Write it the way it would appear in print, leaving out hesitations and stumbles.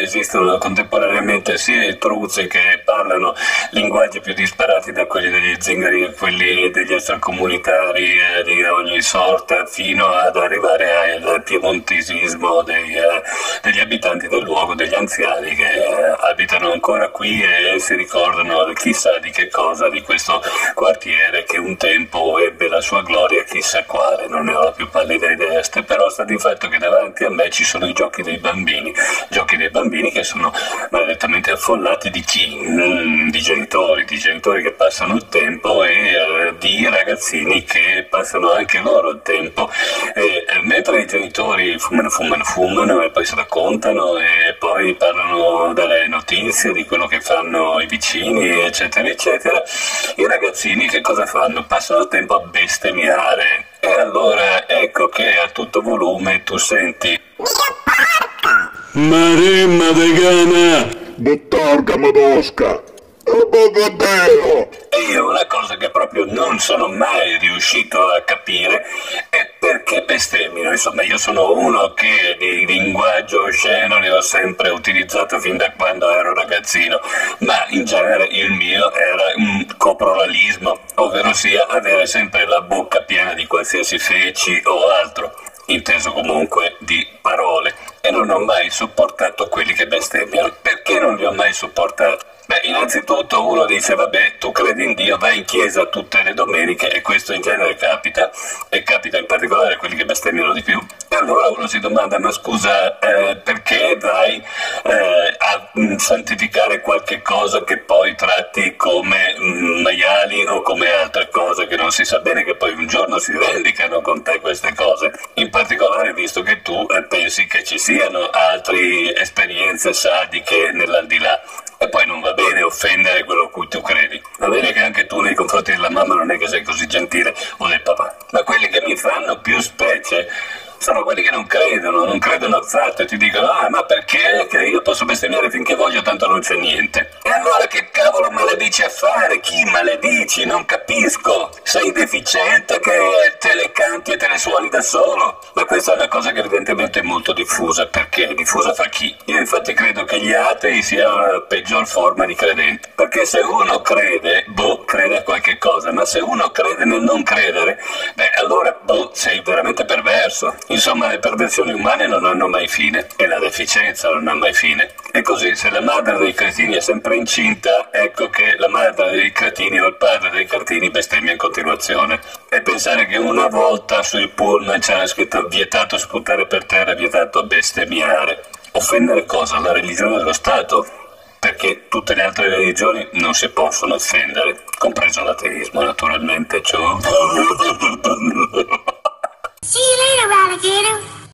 esistono contemporaneamente sia i truzzi che parlano linguaggi più disparati da quelli degli zingari e quelli degli extracomunitari di ogni sorta, fino ad arrivare al piemontesismo degli abitanti del luogo, degli anziani che abitano ancora qui e si ricordano chissà di che cosa di questo quartiere che un tempo ebbe la sua gloria, chissà quale, non ne ho la più pallida idea, però sta di fatto che davanti a me ci sono i giochi dei bambini che sono maledettamente affollati di chi? Di genitori che passano il tempo e di ragazzini che passano anche loro il tempo, e mentre i genitori fumano e poi si raccontano e poi parlano delle notizie, di quello che fanno i vicini, eccetera eccetera, i ragazzini che cosa fanno? Passano il tempo a bestemmiare, e allora ecco che a tutto volume tu senti Maremma vegana, Buttarga Madosca, Bogodero. E io una cosa che proprio non sono mai riuscito a capire è perché bestemmino. Insomma, io sono uno che di linguaggio osceno ne ho sempre utilizzato fin da quando ero ragazzino, ma in genere il mio era un coprolalismo, ovvero sia avere sempre la bocca piena di qualsiasi feci o altro, inteso comunque di parole, e non ho mai sopportato quelli che bestemmiano. Perché non li ho mai sopportati? Beh, innanzitutto uno dice, vabbè, tu credi in Dio, vai in chiesa tutte le domeniche, e questo in genere capita, e capita in particolare a quelli che bestemmiano di più. E allora uno si domanda, ma scusa, perché vai a santificare qualche cosa che poi tratti come maiali o come altre cose che non si sa bene che poi un giorno si vendicano con te queste cose? In particolare visto che tu pensi che ci siano altre esperienze sadiche nell'aldilà. E poi non va bene offendere quello a cui tu credi. Va bene che anche tu nei confronti della mamma non è che sei così gentile, o del papà. Ma quelli che mi fanno più specie sono quelli che non credono affatto, e ti dicono, ma perché? Che io posso bestemmiare finché voglio, tanto non c'è niente. E allora che cavolo maledici a fare? Chi maledici? Non capisco. Sei deficiente che te le canti e te le suoni da solo? Ma questa è una cosa che evidentemente è molto diffusa. Perché? Diffusa fra chi? Io infatti credo che gli atei siano la peggior forma di credenti. Perché se uno crede, crede a qualche cosa, ma se uno crede nel non credere, allora, sei veramente perverso. Insomma, le perversioni umane non hanno mai fine, e la deficienza non ha mai fine. E così, se la madre dei cretini è sempre incinta, ecco che la madre dei cretini o il padre dei cretini bestemmia in continuazione. E pensare che una volta sui pullman c'era scritto vietato sputare per terra, vietato bestemmiare. Offendere cosa? La religione dello Stato? Perché tutte le altre religioni non si possono offendere, compreso l'ateismo naturalmente.